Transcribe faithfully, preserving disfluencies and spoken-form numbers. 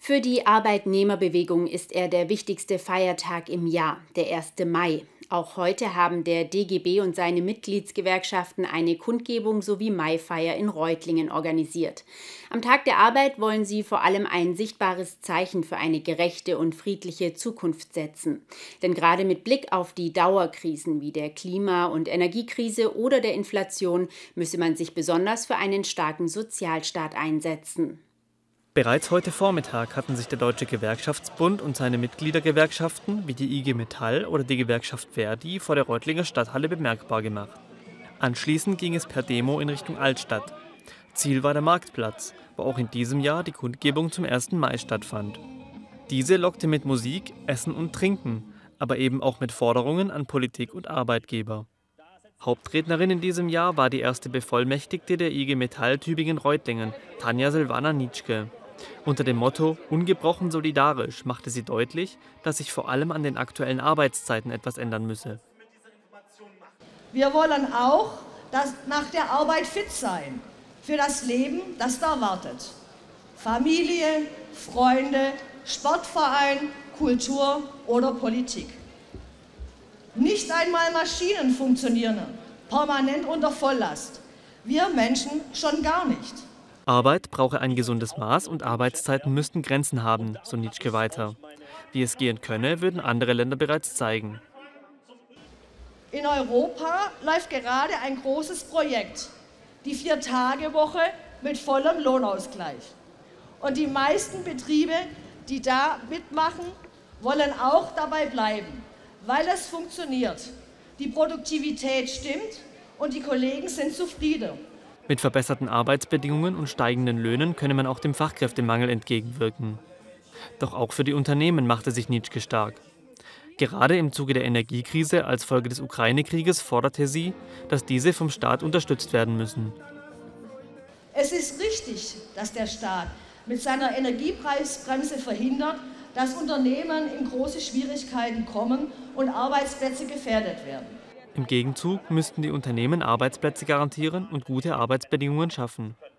Für die Arbeitnehmerbewegung ist er der wichtigste Feiertag im Jahr, der erste Mai. Auch heute haben der D G B und seine Mitgliedsgewerkschaften eine Kundgebung sowie Maifeier in Reutlingen organisiert. Am Tag der Arbeit wollen sie vor allem ein sichtbares Zeichen für eine gerechte und friedliche Zukunft setzen. Denn gerade mit Blick auf die Dauerkrisen wie der Klima- und Energiekrise oder der Inflation müsse man sich besonders für einen starken Sozialstaat einsetzen. Bereits heute Vormittag hatten sich der Deutsche Gewerkschaftsbund und seine Mitgliedergewerkschaften wie die I G Metall oder die Gewerkschaft Verdi vor der Reutlinger Stadthalle bemerkbar gemacht. Anschließend ging es per Demo in Richtung Altstadt. Ziel war der Marktplatz, wo auch in diesem Jahr die Kundgebung zum ersten Mai stattfand. Diese lockte mit Musik, Essen und Trinken, aber eben auch mit Forderungen an Politik und Arbeitgeber. Hauptrednerin in diesem Jahr war die erste Bevollmächtigte der I G Metall Tübingen-Reutlingen, Tanja Silvana Nitschke. Unter dem Motto „Ungebrochen solidarisch“ machte sie deutlich, dass sich vor allem an den aktuellen Arbeitszeiten etwas ändern müsse. Wir wollen auch, dass nach der Arbeit fit sein für das Leben, das da wartet. Familie, Freunde, Sportverein, Kultur oder Politik. Nicht einmal Maschinen funktionieren permanent unter Volllast. Wir Menschen schon gar nicht. Arbeit brauche ein gesundes Maß und Arbeitszeiten müssten Grenzen haben, so Nitschke weiter. Wie es gehen könne, würden andere Länder bereits zeigen. In Europa läuft gerade ein großes Projekt, die Vier-Tage-Woche mit vollem Lohnausgleich. Und die meisten Betriebe, die da mitmachen, wollen auch dabei bleiben, weil es funktioniert. Die Produktivität stimmt und die Kollegen sind zufrieden. Mit verbesserten Arbeitsbedingungen und steigenden Löhnen könne man auch dem Fachkräftemangel entgegenwirken. Doch auch für die Unternehmen machte sich Nitschke stark. Gerade im Zuge der Energiekrise als Folge des Ukraine-Krieges forderte sie, dass diese vom Staat unterstützt werden müssen. Es ist richtig, dass der Staat mit seiner Energiepreisbremse verhindert, dass Unternehmen in große Schwierigkeiten kommen und Arbeitsplätze gefährdet werden. Im Gegenzug müssten die Unternehmen Arbeitsplätze garantieren und gute Arbeitsbedingungen schaffen.